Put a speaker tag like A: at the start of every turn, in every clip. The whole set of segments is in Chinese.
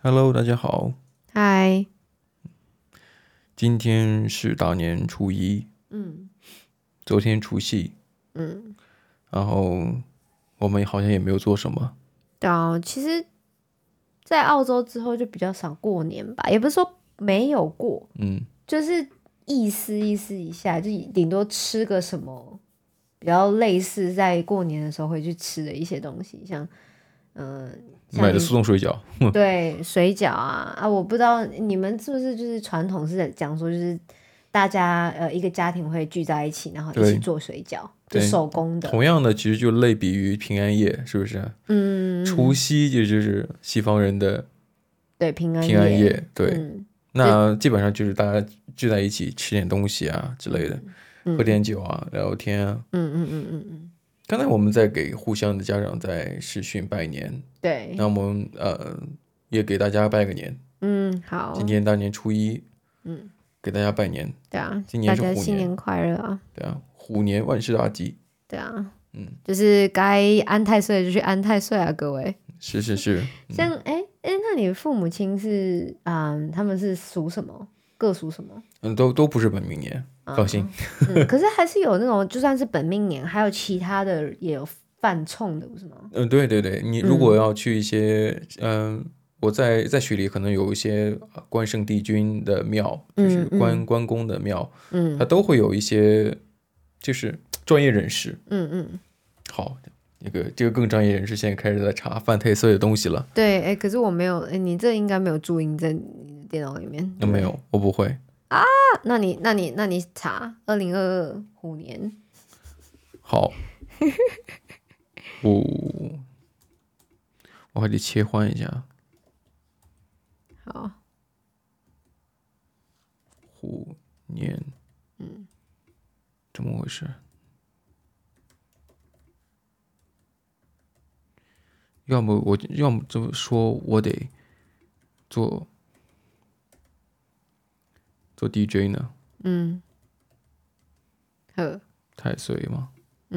A: Hello，大家好，
B: 嗨，
A: 今天是大年初一，昨天除夕，然后我们好像也没有做什么，
B: 对啊，其实，在澳洲之后就比较少过年吧，也不是说没有过，就是意思意思一下，就顶多吃个什么比较类似在过年的时候会去吃的一些东西，像
A: 买的速冻水饺，
B: 对水饺啊，我不知道你们是不是就是传统是在讲说就是大家一个家庭会聚在一起，然后一起
A: 对
B: 做水饺，就
A: 对，
B: 手工的，
A: 同样的，其实就类比于平安夜，是不是？除夕就是西方人的
B: 对平安
A: 平安
B: 夜，
A: 夜，对，那基本上就是大家聚在一起吃点东西啊之类的，喝点酒啊，聊聊天啊。刚才我们在给互相的家长在视讯拜年，
B: 对，
A: 那我们也给大家拜个年。
B: 好，
A: 今天大年初一，给大家拜年。
B: 对啊，
A: 今年
B: 大
A: 是虎年，
B: 家新年快乐啊！
A: 对啊，虎年万事大吉。
B: 对啊，就是该安太岁的就去安太岁啊，各位。
A: 是是是，
B: 像那你父母亲是他们是属什么？各属什么？
A: 都不是本命年，放心。
B: 可是还是有那种就算是本命年，还有其他的也有犯冲的，不是吗？
A: 对对对，你如果要去一些，我在雪梨可能有一些关圣帝君的庙，就是关公的庙，它都会有一些就是专业人士。好，这个更专业人士现在开始在查犯太岁的东西了。
B: 对，可是我没有，你这应该没有注音在你的电脑里面。
A: 没有，我不会。
B: 那你查2022虎年。
A: 好，我还得切换一下。
B: 好，
A: 虎年，怎么回事？要么这么说，我得做 DJ 呢？
B: 呵，
A: 太岁吗？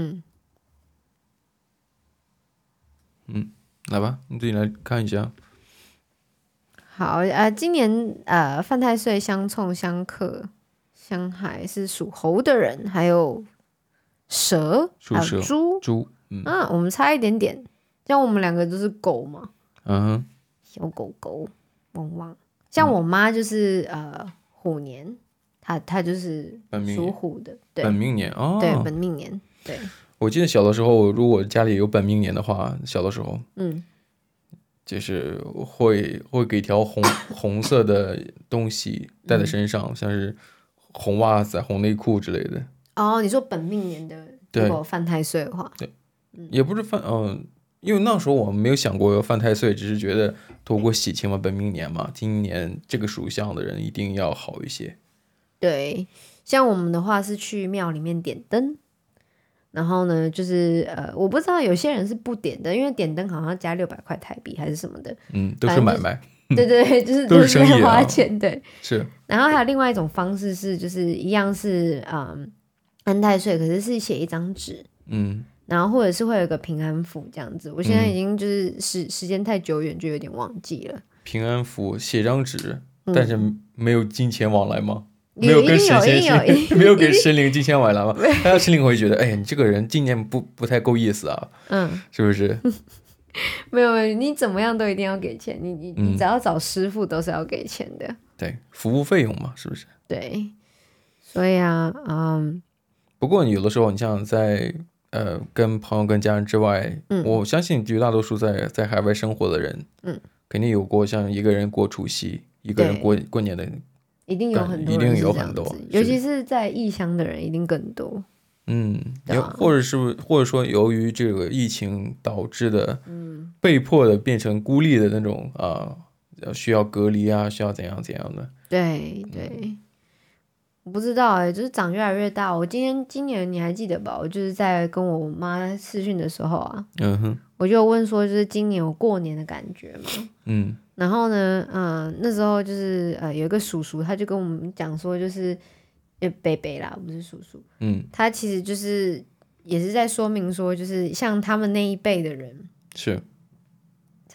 A: 来吧，你自己来看一下。
B: 好今年犯太岁相冲相克相害是属猴的人，还有蛇，还有猪。我们差一点点，像我们两个都是狗嘛，小狗狗，汪汪。像我妈就是虎年，她就是属虎的，对，
A: 本命年哦，
B: 对，本命年，对。
A: 我记得小的时候，如果家里有本命年的话，小的时候，就是会给条红色的东西带在身上，像是红袜子、红内裤之类的。
B: 哦，你说本命年的，如果犯太岁的话，
A: 对，也不是因为那时候我们没有想过要犯太岁，只是觉得透过喜庆嘛，本命年嘛，今年这个属相的人一定要好一些。
B: 对，像我们的话是去庙里面点灯。然后呢，就是我不知道有些人是不点的，因为点灯好像加600块台币还是什么的，
A: 都是买卖，
B: 对对，就是
A: 都是生意
B: 花钱，对，
A: 是。
B: 然后还有另外一种方式是，就是一样是安太岁，可是是写一张纸，然后或者是会有一个平安符这样子。我现在已经就是时间太久远，就有点忘记了。
A: 平安符写张纸，但是没有金钱往来吗？
B: 没
A: 有跟神仙没有给神灵金钱往来吗？大家神灵会觉得，哎呀，你这个人今年不太够意思啊，是不是？
B: 没有，你怎么样都一定要给钱，你只要找师傅都是要给钱的。
A: 对，服务费用嘛，是不是？
B: 对，所以
A: 不过有的时候，你像在跟朋友、跟家人之外，我相信绝大多数在海外生活的人，肯定有过像一个人过除夕，一个人过年的。
B: 一定有很多人是这样子，尤其是在异乡的人一定更多。
A: 或者说由于这个疫情导致的，被迫的变成孤立的那种需要隔离啊，需要怎样的。
B: 对对，我不知道就是长越来越大。我今年你还记得吧？我就是在跟我妈视讯的时候啊，我就问说，就是今年有过年的感觉嘛？然后呢，那时候就是有一个叔叔，他就跟我们讲说，就是伯伯啦，不是叔叔，他其实就是也是在说明说，就是像他们那一辈的人，
A: 是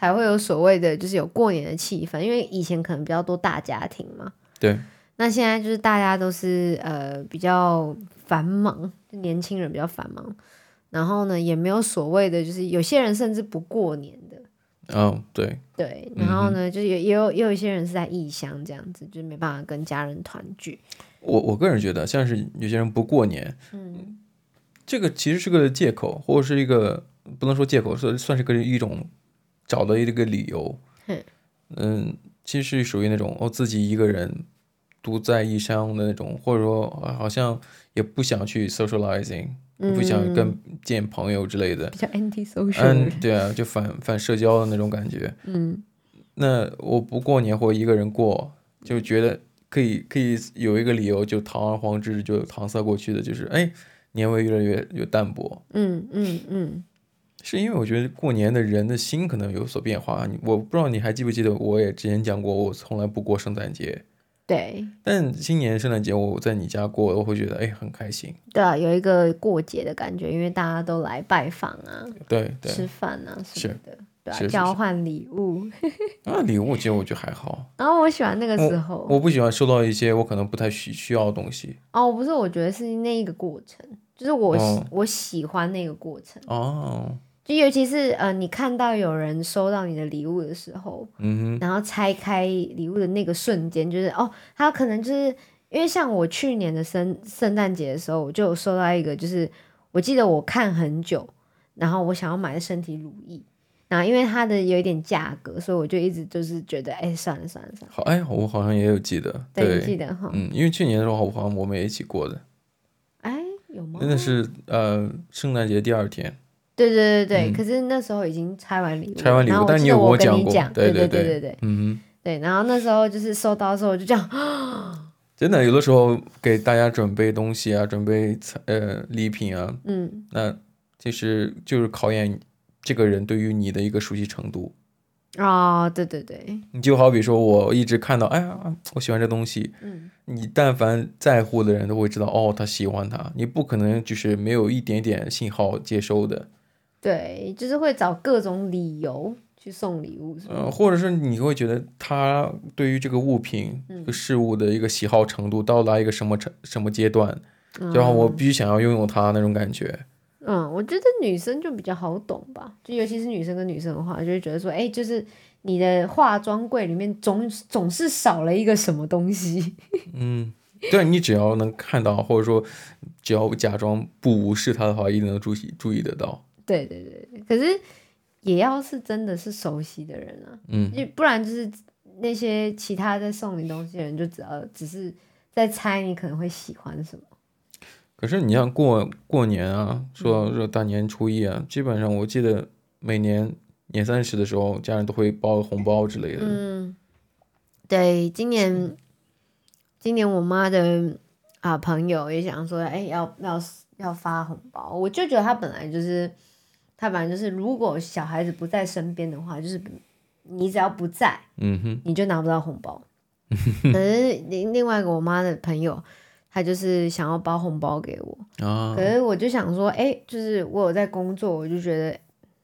B: 才会有所谓的就是有过年的气氛，因为以前可能比较多大家庭嘛。
A: 对。
B: 那现在就是大家都是比较繁忙，就年轻人比较繁忙，然后呢也没有所谓的就是有些人甚至不过年的。
A: 对，
B: 然后呢就是也有一些人是在异乡这样子，就没办法跟家人团聚。
A: 我个人觉得像是有些人不过年，这个其实是个借口，或者是一个不能说借口，算是一种找的一个理由。其实是属于那种自己一个人独在异乡的那种，或者说好像也不想去 socializing，不想见朋友之类的，
B: 比较 anti social。
A: 对啊，就反社交的那种感觉。那我不过年或一个人过，就觉得可以有一个理由，就堂而皇之就搪塞过去的，就是年味越来越淡薄。是因为我觉得过年的人的心可能有所变化。我不知道你还记不记得，我也之前讲过，我从来不过圣诞节。
B: 对。
A: 但今年圣诞节我在你家过，我会觉得很开心。
B: 对啊，有一个过节的感觉，因为大家都来拜访啊，
A: 对，
B: 吃饭啊什么的，对啊，
A: 是
B: 交换礼物。
A: 礼物其实我觉得还好。
B: 然后我喜欢那个时候，
A: 我不喜欢收到一些我可能不太需要的东西。
B: 不是，我觉得是那一个过程，就是我喜欢那个过程。就尤其是你看到有人收到你的礼物的时候，然后拆开礼物的那个瞬间，就是他可能就是因为像我去年的圣诞节的时候，我就有收到一个，就是我记得我看很久，然后我想要买的身体乳液，然后因为它的有一点价格，所以我就一直就是觉得算了。
A: 好，我好像也有记得。
B: 对，你记得哈。
A: 因为去年的时候好像我们也一起过的。
B: 有吗？
A: 那是圣诞节第二天。
B: 对，可是那时候已经拆完礼物，
A: 但你有跟
B: 我
A: 讲过。对，
B: 对，然后那时候就是收到的时候我就这样
A: 真的有的时候给大家准备东西啊，准备礼品啊，那就是考验这个人对于你的一个熟悉程度。
B: 对，
A: 你就好比说我一直看到我喜欢这东西，你但凡在乎的人都会知道他喜欢它，你不可能就是没有一点点信号接收的。
B: 对，就是会找各种理由去送礼物，
A: 或者是你会觉得他对于这个物品、这个事物的一个喜好程度到达一个什么阶段，就让我必须想要拥有它那种感觉。
B: 我觉得女生就比较好懂吧，就尤其是女生跟女生的话，就会觉得说，就是你的化妆柜里面总是少了一个什么东西。
A: 对，你只要能看到，或者说只要假装不无视它的话，一定能注意得到。
B: 对，可是也要是真的是熟悉的人啊，不然就是那些其他在送你东西的人，就只是在猜你可能会喜欢什么。
A: 可是你像过年啊，说大年初一啊，基本上我记得每年年30的时候，家人都会包个红包之类的。
B: 对，今年我妈的朋友也想说，要发红包，我就觉得他本来就是，如果小孩子不在身边的话，就是你只要不在，你就拿不到红包。可是另外一个我妈的朋友，他就是想要包红包给我，可是我就想说，就是我有在工作，我就觉得，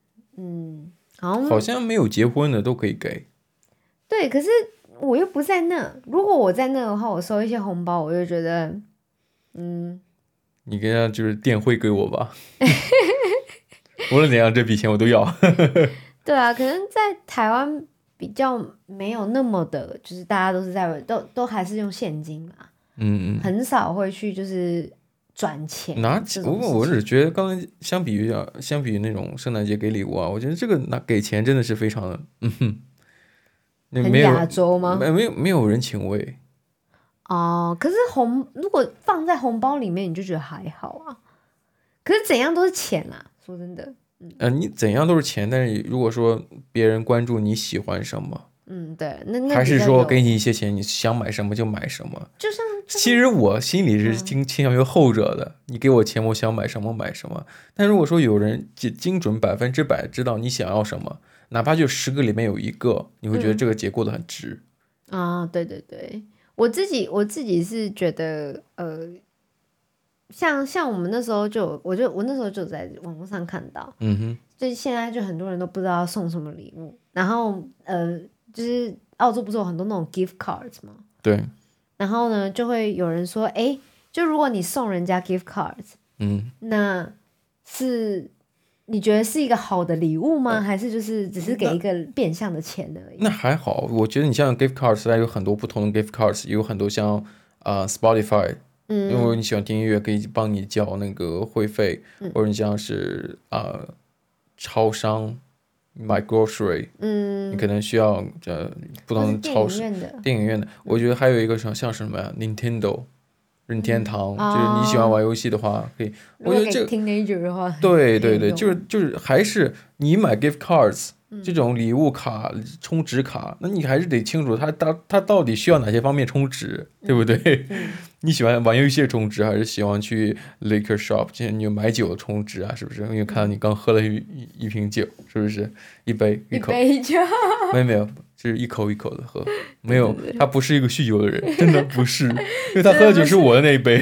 A: 好像没有结婚的都可以给。
B: 对，可是我又不在那，如果我在那的话，我收一些红包，我就觉得，
A: 你跟他就是电汇给我吧。无论怎样，这笔钱我都要。
B: 对啊，可能在台湾比较没有那么的，就是大家都是都还是用现金嘛，很少会去就是转钱。
A: 我只觉得刚才相比于那种圣诞节给礼物啊，我觉得这个给钱真的是非常的，
B: 很亚洲吗？
A: 没有人情味。
B: 可是如果放在红包里面，你就觉得还好啊。可是怎样都是钱啊，说真的。
A: 你怎样都是钱，但是如果说别人关注你喜欢什么，
B: 对，那
A: 还是说给你一些钱，你想买什么就买什么。
B: 就像
A: 其实我心里是倾向于后者的，你给我钱，我想买什么买什么。但如果说有人精准100%知道你想要什么，哪怕就10个里面有1个，你会觉得这个节过得很值。
B: 对，我自己是觉得像我们那时候我那时候就在网络上看到，就是现在就很多人都不知道送什么礼物，然后就是澳洲不是有很多那种 gift cards 吗？
A: 对。
B: 然后呢，就会有人说，就如果你送人家 gift cards，那是你觉得是一个好的礼物吗？还是就是只是给一个变相的钱而已？
A: 那还好，我觉得你像 gift cards，它有很多不同的 gift cards，有很多像Spotify，因为你喜欢听音乐，可以帮你交那个会费，或者你像是超商买 grocery，你可能需要不同的超市、电影院的。我觉得还有一个像是什么呀 ，Nintendo。任天堂，就是你喜欢玩游戏的话，可以。我觉得这个
B: teenager 的话，
A: 对，就是还是你买 gift cards 这种礼物卡、充值卡，那你还是得清楚它到底需要哪些方面充值，对不对？你喜欢玩游戏充值，还是喜欢去 liquor shop， 你有买酒充值啊？是不是？因为看到你刚喝了一瓶酒，是不是？一杯
B: 酒，
A: 没有。就是一口一口的喝，没有，他不是一个酗酒的人，真的不是，因为他喝的酒是我的那一杯。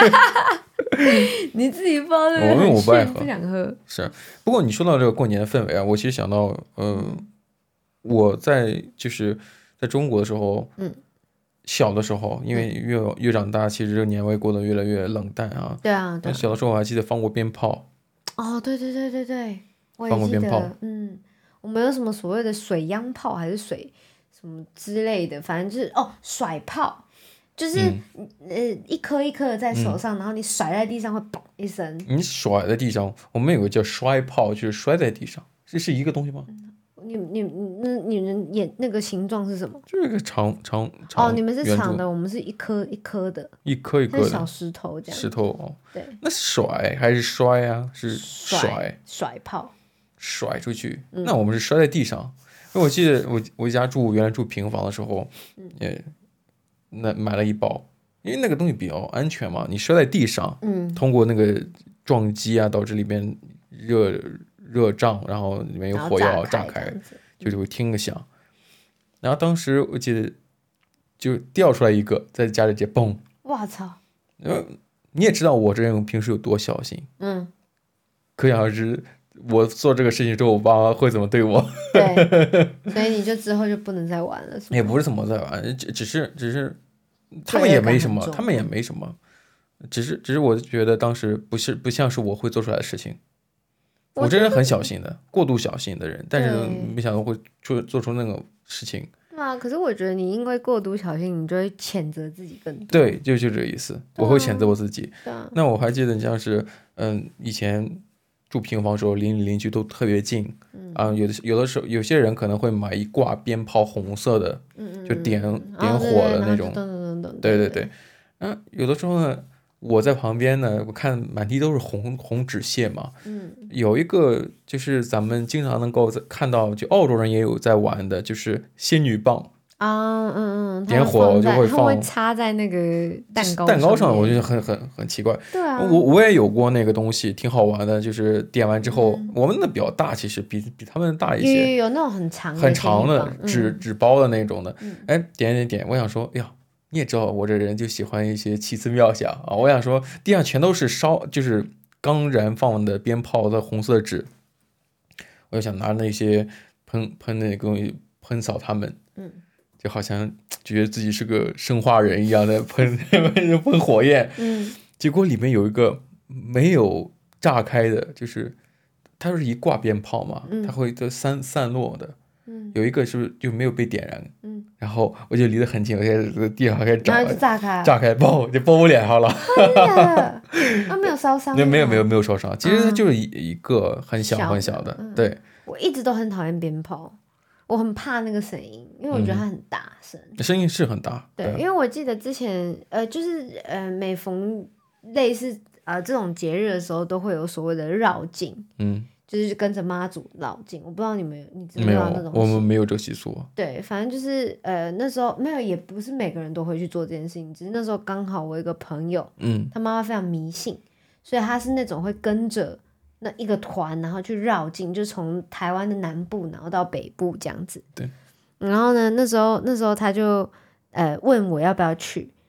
B: 你自己不知道
A: 我不爱喝，
B: 不想喝。
A: 是，不过你说到这个过年的氛围啊，我其实想到，我就是在中国的时候，小的时候，因为越长大，其实这个年味过得越来越冷淡啊。
B: 对啊，对。
A: 小的时候我还记得放过鞭炮。
B: 哦，对，我也
A: 放过鞭炮。
B: 我们有什么所谓的水央炮还是水什么之类的，反正就是甩炮，就是一颗一颗的在手上，然后你甩在地上会嘣一声。
A: 你甩在地上，我们有个叫摔炮，就是摔在地上，这是一个东西吗？
B: 你们演那个形状是什么？
A: 就是一个长
B: 你们是长的，我们是一颗一颗的，
A: 一颗一颗的
B: 小石头这样。
A: 石头哦，
B: 对。
A: 那甩还是摔啊？是
B: 甩炮。
A: 甩出去，那我们是摔在地上。因为我记得我家原来住平房的时候，那买了一包，因为那个东西比较安全嘛，你摔在地上，通过那个撞击啊，导致里面热胀，然后里面有火药炸开，就会听个响。然后当时我记得就掉出来一个，在家里直接嘣，
B: 哇操！
A: 你也知道我这人平时有多小心，可想而知。我做这个事情之后，我爸妈会怎么对我？
B: 对，所以你就之后就不能再玩了，是吗？
A: 也不是怎么再玩，只是他们也没什么，只是我觉得当时不像是我会做出来的事情。我这人很小心的，过度小心的人，但是没想到会做出那个事情。
B: 可是我觉得你因为过度小心，你就会谴责自己更多。
A: 对，就这个意思，我会谴责我自己。那我还记得像是以前住平房的时候，邻居都特别近，有的时候有些人可能会买一挂鞭炮，红色的，就点火的那种，对，有的时候呢，我在旁边呢，我看满地都是红纸屑嘛，有一个就是咱们经常能够看到，就澳洲人也有在玩的，就是仙女棒。点火就会
B: 放，会插在那个蛋
A: 糕上，我觉得很奇怪。
B: 对啊，
A: 我也有过那个东西，挺好玩的。就是点完之后，我们的比较大，其实比他们大一些。
B: 有那种很长
A: 的纸包的那种的。点，我想说，哎呀，你也知道我这人就喜欢一些奇思妙想啊。我想说，地上全都是就是刚燃放的鞭炮的红色纸，我就想拿那些喷那个东西喷扫他们。就好像觉得自己是个生化人一样的喷火焰，结果里面有一个没有炸开的，就是它是一挂鞭炮嘛，它会散落的，有一个是不是就没有被点燃，然后我就离得很近，我开始在地上开始找，炸开，爆就爆我脸上了，
B: 没有烧伤，
A: 没有烧伤，其实它就是一个很小的，对。
B: 我一直都很讨厌鞭炮。我很怕那个声音，因为我觉得它很大声，
A: 声音是很大。
B: 对，因为我记得之前就是每逢类似这种节日的时候，都会有所谓的绕境，就是跟着妈祖绕境。我不知道你知不知道那种？
A: 我们没有这个习俗。
B: 对，反正就是那时候没有，也不是每个人都会去做这件事情，只是那时候刚好我有一个朋友，他妈妈非常迷信，所以他是那种会跟着那一个团，然后去绕境，就从台湾的南部然后到北部这样子。
A: 对。
B: 然后呢，那时候他就问我要不要去，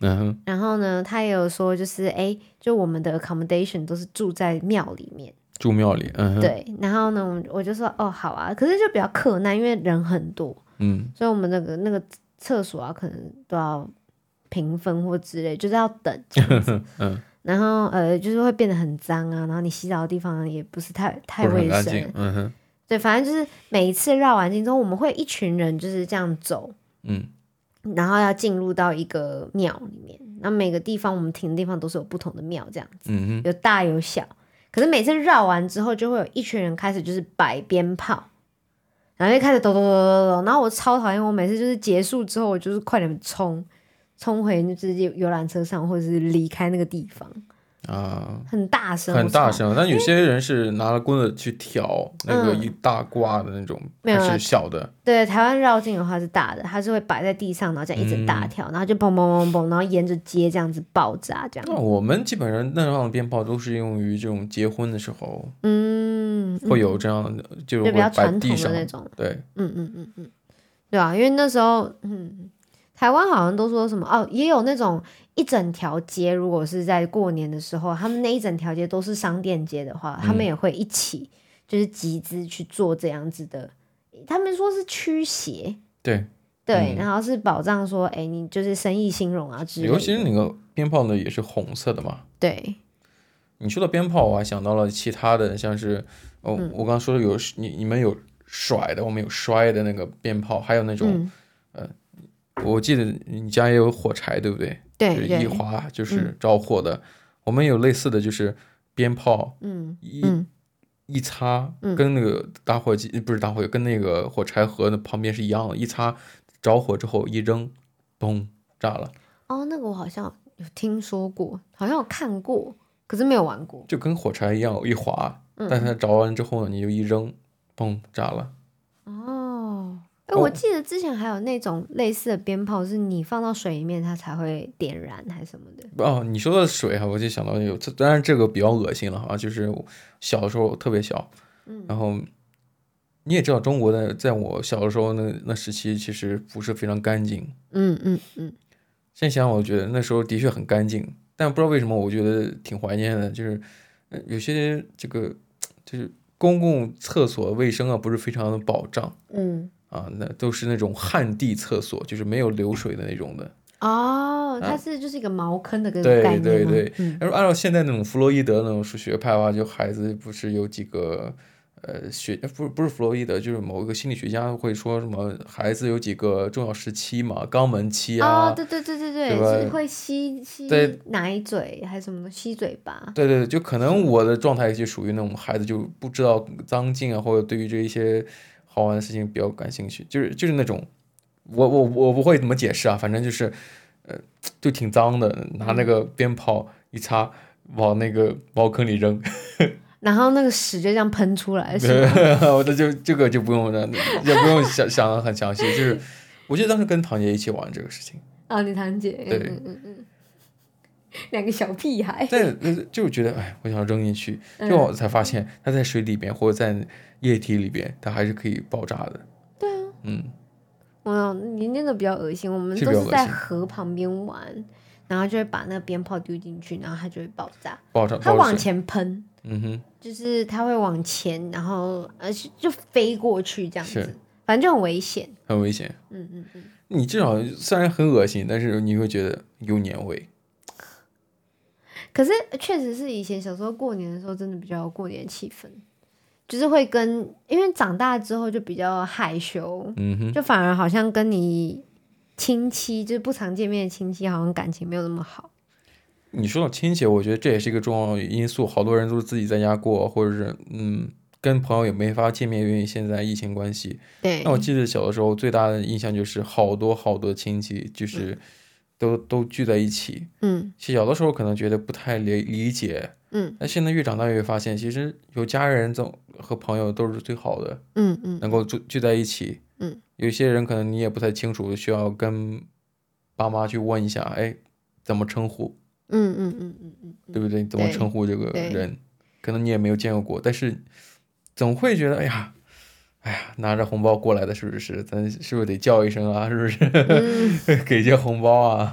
B: 然后呢，他也有说就是就我们的 accommodation 都是住在庙里面，
A: 住庙里，
B: 对。然后呢，我就说哦好啊，可是就比较困难，因为人很多，所以我们那个厕所啊，可能都要平分或之类，就是要等这样子。然后就是会变得很脏啊，然后你洗澡的地方也不是太卫生，对，反正就是每一次绕完境之后，我们会一群人就是这样走，然后要进入到一个庙里面，那每个地方我们停的地方都是有不同的庙这样子，有大有小。可是每次绕完之后，就会有一群人开始就是摆鞭炮，然后就开始抖抖抖抖抖，然后我超讨厌，我每次就是结束之后，我就是快点冲回就是游览车上，或者是离开那个地方啊，很大声，
A: 很大声。但有些人是拿了棍子去挑那个一大挂的那种，还是小的？
B: 对，台湾绕境的话是大的，它是会摆在地上，然后这样一整大条，然后就砰砰砰砰，然后沿着街这样子爆炸，这样。
A: 那我们基本上那样的鞭炮都是用于这种结婚的时候，会有这样的，就
B: 比较传统的那种。
A: 对，
B: 对啊，因为那时候，台湾好像都说什么也有那种一整条街，如果是在过年的时候，他们那一整条街都是商店街的话，他们也会一起就是集资去做这样子的，他们说是驱邪，
A: 对，
B: 然后是保障说，你就是生意兴隆啊之类的。
A: 尤其是那个鞭炮呢，也是红色的嘛。
B: 对，
A: 你说到鞭炮，我还想到了其他的，像是我刚刚说的有你们有甩的，我们有摔的那个鞭炮，还有那种我记得你家也有火柴，对不对？
B: 对，
A: 就是一划就是着火的。我们有类似的就是鞭炮，一擦，跟那个打火机不是打火，跟那个火柴盒的旁边是一样的，一擦着火之后一扔，嘣，炸了。
B: 那个我好像有听说过，好像有看过，可是没有玩过。
A: 就跟火柴一样，一划，但是它着完之后呢，你就一扔，嘣，炸了。
B: 我记得之前还有那种类似的鞭炮，是你放到水里面它才会点燃还是什么的。
A: 你说的水我就想到当然这个比较恶心了哈，就是小的时候特别小，然后你也知道中国的，在我小的时候那时期其实不是非常干净。现在想我觉得那时候的确很干净，但不知道为什么我觉得挺怀念的，就是有些这个就是公共厕所卫生啊不是非常的保障。那都是那种旱地厕所，就是没有流水的那种的。
B: 它是就是一个茅坑的这个概念吗？
A: 对。然后按照现在那种弗洛伊德那种学派的话，就孩子不是有几个不是弗洛伊德，就是某一个心理学家会说什么孩子有几个重要时期嘛，肛门期啊。
B: 对，是会吸奶嘴还是什么吸嘴巴。
A: 对，就可能我的状态就属于那种孩子就不知道脏净啊，或者对于这一些好玩的事情比较感兴趣，就是那种，我不会怎么解释啊，反正就是，就挺脏的，拿那个鞭炮一擦，往那个茅坑里扔，
B: 然后那个屎就这样喷出来，是吗？
A: 我这个就不用了，也不用想得很详细，就是我记得当时跟堂姐一起玩这个事情。
B: 你堂姐，
A: 对，
B: 两个小屁孩。
A: 对，就觉得我想扔进去，就我才发现它在水里边或者在液体里边，它还是可以爆炸的。
B: 对啊，你那个比较恶心，我们都是在河旁边玩，然后就会把那个鞭炮丢进去，然后它就会爆炸。它往前喷，就是它会往前，然后就飞过去这样子，反正就很危险。
A: 很危险。你至少虽然很恶心，但是你会觉得有年味。
B: 可是确实是以前小时候过年的时候，真的比较有过年气氛，就是会因为长大之后就比较害羞，就反而好像跟你亲戚就是不常见面的亲戚，好像感情没有那么好。
A: 你说到亲戚，我觉得这也是一个重要因素，好多人都是自己在家过，或者是跟朋友也没法见面，因为现在疫情关系。
B: 对。
A: 那我记得小的时候最大的印象就是好多亲戚就是都聚在一起。小的时候可能觉得不太理解。但现在越长大越发现，其实有家人和朋友都是最好的。能够聚在一起。有些人可能你也不太清楚，需要跟爸妈去问一下，怎么称呼？对不对？怎么称呼这个人？可能你也没有见过，但是总会觉得，哎呀，拿着红包过来的，是不是？咱是不是得叫一声啊？是不是？给些红包啊？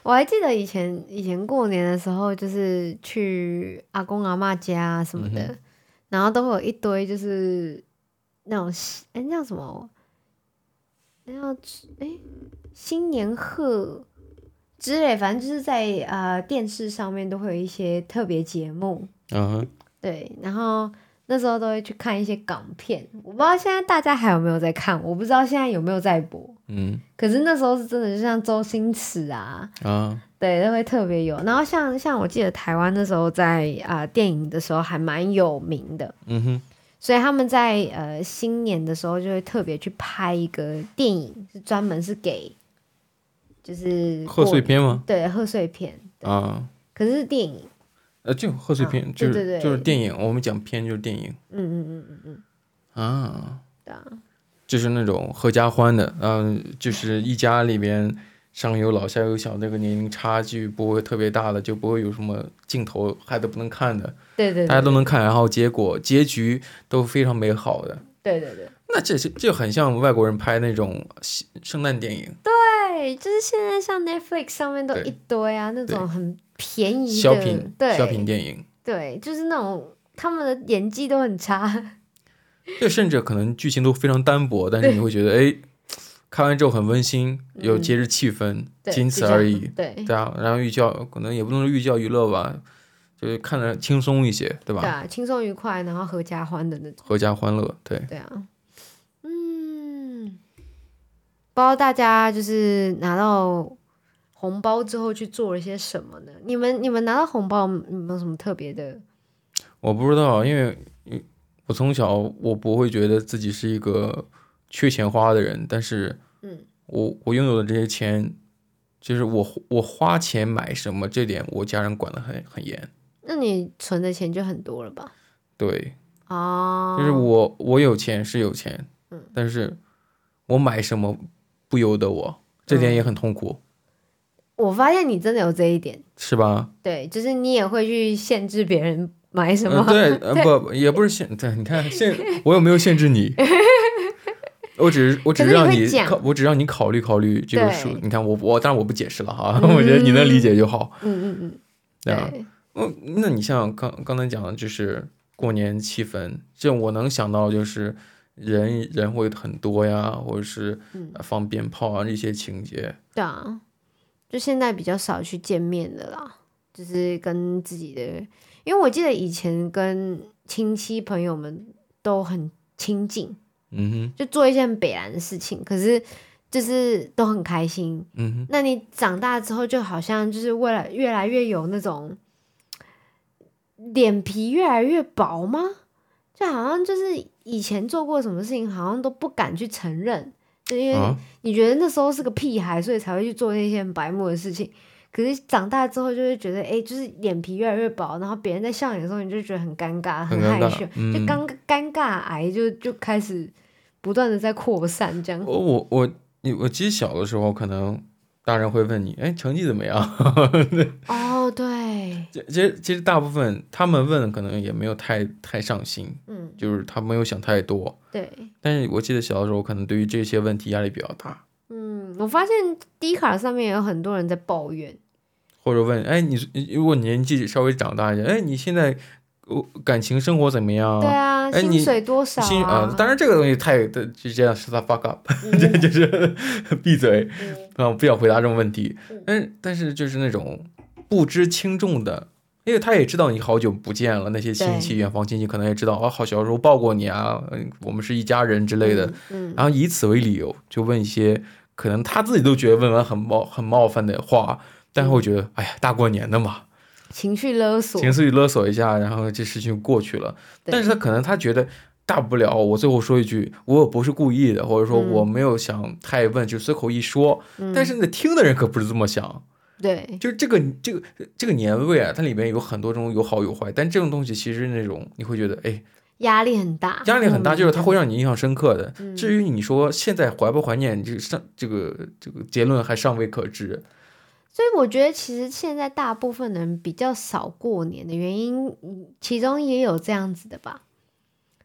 B: 我还记得以前过年的时候，就是去阿公阿嬷家什么的，然后都会有一堆就是那种那叫什么，那叫新年贺之类，反正就是在电视上面都会有一些特别节目，对，然后那时候都会去看一些港片，我不知道现在大家还有没有在看，我不知道现在有没有在播，可是那时候是真的，就像周星驰啊，对，都会特别有。然后像我记得台湾那时候在电影的时候还蛮有名的，所以他们在新年的时候就会特别去拍一个电影，是专门是给就是
A: 贺岁片吗？
B: 对，贺岁片啊，可是是电影。
A: 就贺岁片，就是电影。我们讲片就是电影。对啊，就是那种合家欢的，就是一家里边上有老下有小，那个年龄差距不会特别大的，就不会有什么镜头害得不能看的。
B: 对，
A: 大家都能看，然后结局都非常美好的。
B: 对。
A: 那这很像外国人拍那种圣诞电影。
B: 对，就是现在像 Netflix 上面都一堆啊，那种很便宜的
A: 小品电影。
B: 对，就是那种他们的演技都很差。
A: 对，甚至可能剧情都非常单薄，但是你会觉得看完之后很温馨，有节日气氛，仅此而已。对啊，然后可能也不能说寓教于乐吧，就是看着轻松一些，对吧？
B: 对啊，轻松愉快，然后合家欢的那种。
A: 合家欢乐，对。
B: 对啊，不知道大家就是拿到红包之后去做了些什么呢？你们拿到红包有没有什么特别的？
A: 我不知道，因为我从小我不会觉得自己是一个缺钱花的人，但是我拥有的这些钱，就是我花钱买什么，这点我家人管得很严。
B: 那你存的钱就很多了吧？
A: 对，就是我有钱是有钱，但是我买什么不由得我，这点也很痛苦。
B: 我发现你真的有这一点，
A: 是吧？
B: 对，就是你也会去限制别人买什么。
A: 对，不也不是对，你看我有没有限制你？我只让你考虑考虑这个数。你看当然我不解释了哈，我觉得你能理解就好。对啊。那你像刚才讲的，就是过年气氛，这我能想到就是人会很多呀，或者是放鞭炮啊这些情节。
B: 对啊，就现在比较少去见面的啦，就是跟自己的，因为我记得以前跟亲戚朋友们都很亲近，就做一些很北蓝的事情，可是就是都很开心。那你长大之后，就好像就是为了越来越有那种脸皮越来越薄吗？就好像就是以前做过什么事情，好像都不敢去承认，就因为你觉得那时候是个屁孩，所以才会去做那些很白目的事情。可是长大之后就会觉得，就是脸皮越来越薄，然后别人在笑你的时候，你就觉得很尴尬、很害羞，就尴尬癌就开始不断的在扩散，这样。
A: 我其实小的时候可能大人会问你，成绩怎么样？
B: 对。
A: 其实大部分他们问可能也没有太上心，就是他没有想太多。对。但是我记得小的时候，可能对于这些问题压力比较大。
B: 我发现 D 卡上面有很多人在抱怨，
A: 或者问，如果你年纪稍微长大一点，你现在感情生活怎么样？
B: 对啊，薪水多少啊？
A: 当然这个东西就这样 shut the fuck up，就是闭嘴，不要回答这种问题。但是就是那种不知轻重的，因为他也知道你好久不见了，那些亲戚远房亲戚可能也知道好小时候抱过你啊，我们是一家人之类的，然后以此为理由就问一些可能他自己都觉得问完很冒犯的话，但是会觉得大过年的嘛，
B: 情绪勒
A: 索一下，然后这事情就过去了。但是他觉得大不了我最后说一句，我不是故意的，或者说我没有想太问，就随口一说。但是那听的人可不是这么想。
B: 对，
A: 就是这个年味啊，它里面有很多种有好有坏，但这种东西其实那种你会觉得
B: 压力很大，
A: 就是它会让你印象深刻的。至于你说现在怀不怀念，这个结论还尚未可知。
B: 所以我觉得其实现在大部分人比较少过年的原因，其中也有这样子的吧，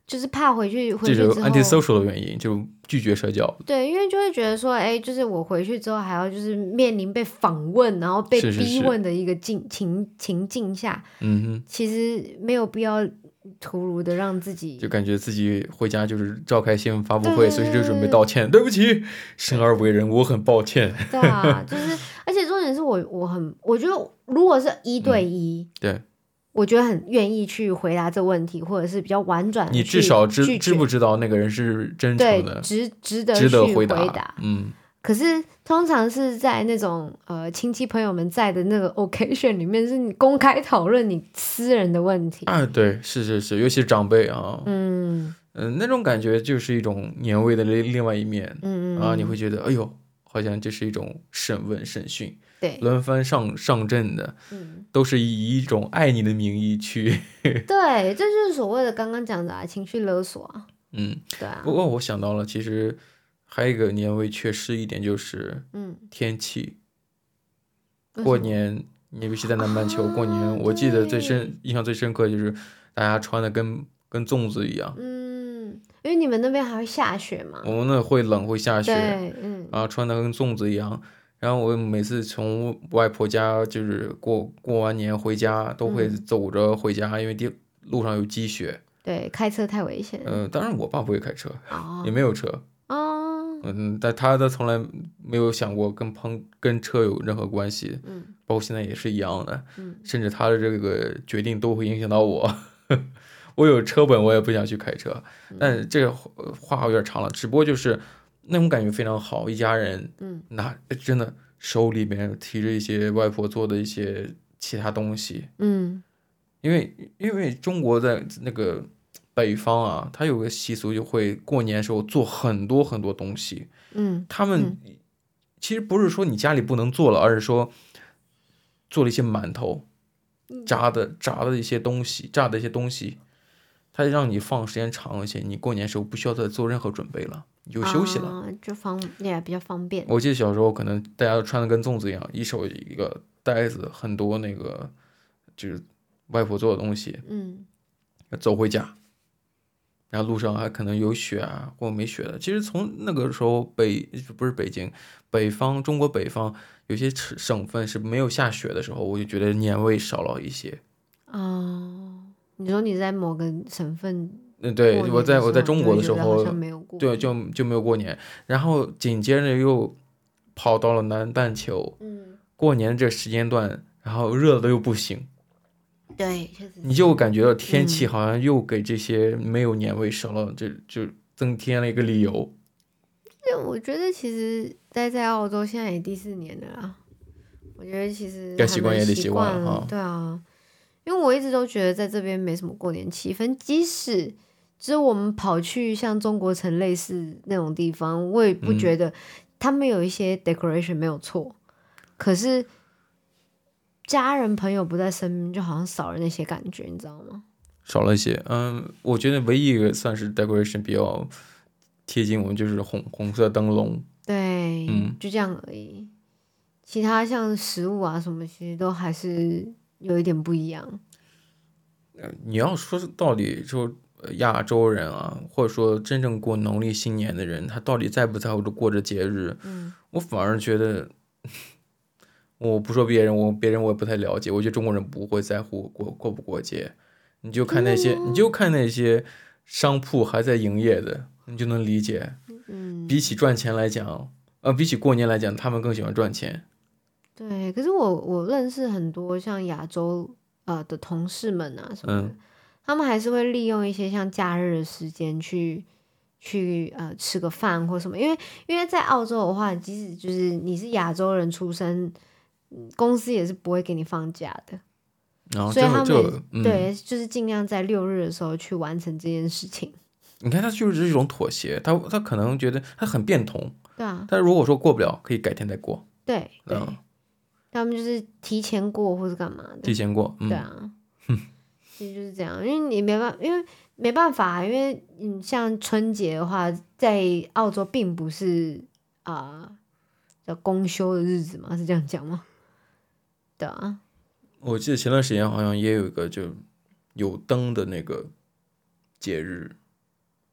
B: 就是怕回去之后，
A: 这是 antisocial 的原因，就拒绝社交。
B: 对，因为就会觉得说，就是我回去之后还要就是面临被访问，然后被逼问的一个情境下，其实没有必要突如的让自己，
A: 就感觉自己回家就是召开新闻发布会，随时就准备道歉，对不起，生而为人，我很抱歉。
B: 对啊，就是而且重点是我觉得如果是1对1，
A: 对。
B: 我觉得很愿意去回答这个问题，或者是比较婉转的，
A: 你至少知不知道那个人是真诚的，
B: 值得去
A: 回
B: 答。可是通常是在那种亲戚朋友们在的那个 occasion 里面，是你公开讨论你私人的问题
A: 啊，对，是，尤其是长辈啊，那种感觉就是一种年味的另外一面，你会觉得哎呦，好像这是一种审问审讯。
B: 对，
A: 轮番上阵的，都是以一种爱你的名义去
B: 对，这就是所谓的刚刚讲的情绪勒索啊。对啊。
A: 不过我想到了，其实还有一个年味缺失一点就是天气。过年，尤其在南半球过年，我记得印象最深刻就是大家穿的跟粽子一样。
B: 因为你们那边还会下雪嘛。
A: 我们那会冷会下雪，
B: 对，
A: 然后穿的跟粽子一样。然后我每次从外婆家就是过完年回家，都会走着回家，因为路上有积雪。
B: 对，开车太危险。
A: 当然我爸不会开车，也没有车。但他从来没有想过跟车有任何关系。包括现在也是一样的。甚至他的这个决定都会影响到我。我有车本，我也不想去开车。但是这个话有点长了，只不过就是那种感觉非常好，一家人，真的手里面提着一些外婆做的一些其他东西，因为中国在那个北方啊，他有个习俗，就会过年的时候做很多很多东西，他们其实不是说你家里不能做了，而是说做了一些馒头，炸的一些东西，它让你放时间长一些，你过年的时候不需要再做任何准备了，你就休息了，
B: 也比较方便。
A: 我记得小时候可能大家都穿的跟粽子一样，一手一个袋子，很多那个就是外婆做的东西，走回家，然后路上还可能有雪啊或没雪的。其实从那个时候不是北京，中国北方有些省份是没有下雪的时候，我就觉得年味少了一些。
B: 你说你在某个省份，
A: 对，我在中国的时候，对，就没有过年，然后紧接着又跑到了南半球，过年这时间段，然后热的又不行，
B: 对，
A: 你就感觉到天气好像又给这些没有年味少了，就增添了一个理由。
B: 我觉得其实待在澳洲现在也第4年了啦，我觉得其实
A: 该习惯也得习惯
B: 了，对啊。因为我一直都觉得在这边没什么过年气氛，即使只有我们跑去像中国城类似那种地方，我也不觉得他们有一些 decoration 没有错，可是家人朋友不在身边，就好像少了那些感觉，你知道吗？
A: 少了一些，我觉得唯一一个算是 decoration 比较贴近我们就是红色灯笼，
B: 对，就这样而已。其他像食物啊什么，其实都还是有一点不一样。
A: 你要说到底，就亚洲人啊，或者说真正过农历新年的人，他到底在不在乎着过着节日？我反而觉得，我不说别人，别人我也不太了解。我觉得中国人不会在乎过不过节，你就看那些商铺还在营业的，你就能理解。比起赚钱来讲，比起过年来讲，他们更喜欢赚钱。
B: 对，可是我认识很多像亚洲的同事们啊什么的，他们还是会利用一些像假日的时间去吃个饭或什么，因为在澳洲的话，即使就是你是亚洲人出身，公司也是不会给你放假的，所以他们对就是尽量在6日的时候去完成这件事情。
A: 你看，他就是一种妥协，他可能觉得他很变通，
B: 对啊，
A: 但如果说过不了，可以改天再过。
B: 对，他们就是提前过或是干嘛的，
A: 提前过，
B: 对啊，其实就是这样，因为你没办法，因为你像春节的话，在澳洲并不是叫公休的日子嘛，是这样讲吗？对啊，
A: 我记得前段时间好像也有一个就有灯的那个节日，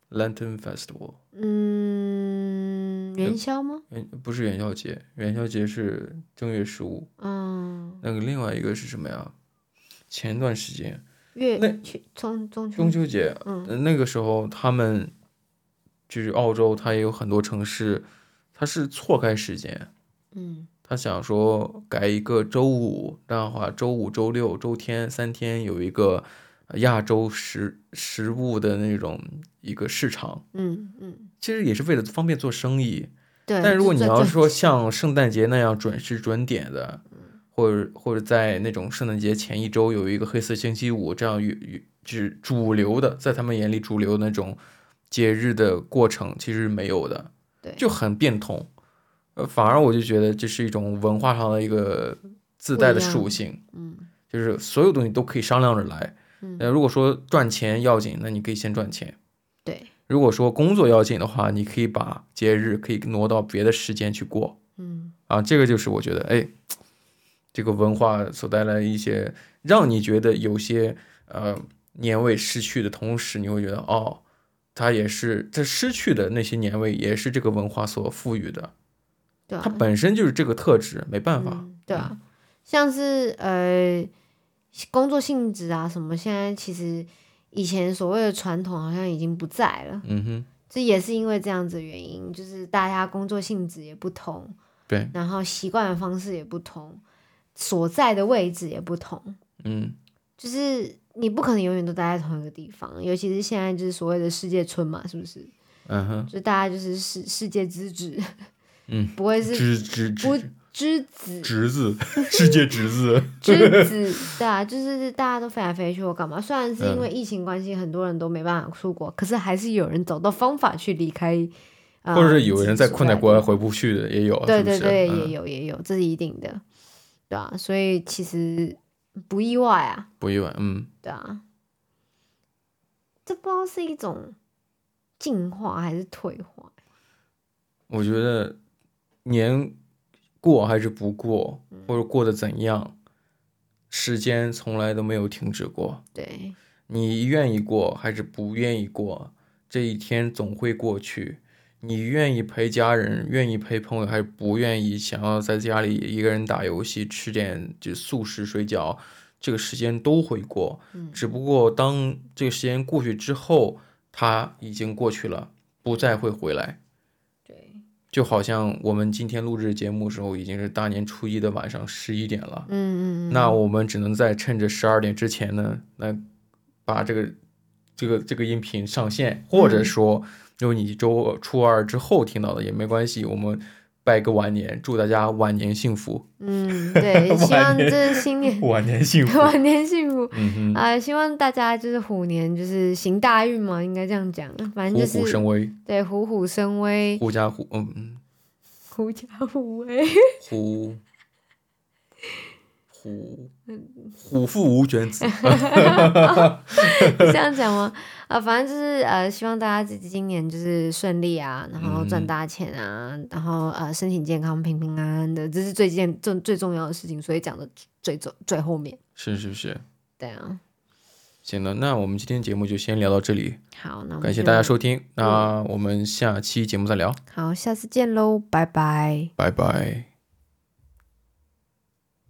A: Lantern Festival。
B: 元宵吗？
A: 不是元宵节，元宵节是正月15。那个另外一个是什么呀？前段时间中秋节，那个时候他们就是澳洲，它也有很多城市，它是错开时间。他想说改一个周五，这样的话周五、周六、周天3天有一个亚洲食物的那种一个市场。其实也是为了方便做生意。
B: 对。
A: 但如果你要说像圣诞节那样准时准点的，或者在那种圣诞节前一周有一个黑色星期五，这样就是主流的，在他们眼里主流的那种节日的过程，其实没有的。
B: 对，
A: 就很变通。反而我就觉得这是一种文化上的一个自带的属性。就是所有东西都可以商量着来。如果说赚钱要紧，那你可以先赚钱。
B: 对。
A: 如果说工作要紧的话，你可以把节日可以挪到别的时间去过。这个就是我觉得，这个文化所带来一些让你觉得有些年味失去的同时，你会觉得它也是这失去的那些年味，也是这个文化所赋予的。
B: 对啊，
A: 它本身就是这个特质，没办法。
B: 对啊，像是工作性质啊什么，现在其实以前所谓的传统好像已经不在了。这也是因为这样子的原因，就是大家工作性质也不同，
A: 对，
B: 然后习惯的方式也不同，所在的位置也不同。就是你不可能永远都待在同一个地方，尤其是现在就是所谓的世界村嘛，是不是？就大家就是世界之子。不会是之子
A: 世界之子
B: 之子。对啊，就是大家都飞来飞去或干嘛。虽然是因为疫情关系，很多人都没办法出国，可是还是有人找到方法去离开。
A: 或者是有人在困在国外回不去的也有。
B: 对，也有，这是一定的。对啊，所以其实不意外啊。
A: 不意外。
B: 对啊，这不知道是一种进化还是退化。
A: 我觉得年过还是不过，或者过得怎样，时间从来都没有停止过。
B: 对，
A: 你愿意过还是不愿意过，这一天总会过去。你愿意陪家人，愿意陪朋友，还是不愿意想要在家里一个人打游戏，吃点就速食水饺，这个时间都会过。只不过当这个时间过去之后，它已经过去了，不再会回来。就好像我们今天录制节目的时候，已经是大年初一的晚上11点了。那我们只能在趁着12点之前呢，来把这个音频上线，或者说如果你周初二之后听到的也没关系，我们拜个晚年，祝大家晚年幸福。
B: 对，希望这新年
A: 晚年幸福，
B: 晚年幸福。希望大家就是虎年就是行大运嘛，应该这样讲。反正就是
A: 虎虎生威。
B: 对，虎虎生威。
A: 狐假虎
B: 威。
A: 虎父无犬子。
B: 这样讲吗？反正就是希望大家今年就是顺利啊，然后赚大钱啊，然后身体健康、平平安安的，这是最重要的事情，所以讲的最后面。
A: 是。
B: 对啊。
A: 行了，那我们今天节目就先聊到这里。
B: 好，那
A: 感谢大家收听，那我们下期节目再聊。
B: 好，下次见喽，拜拜。
A: 拜拜。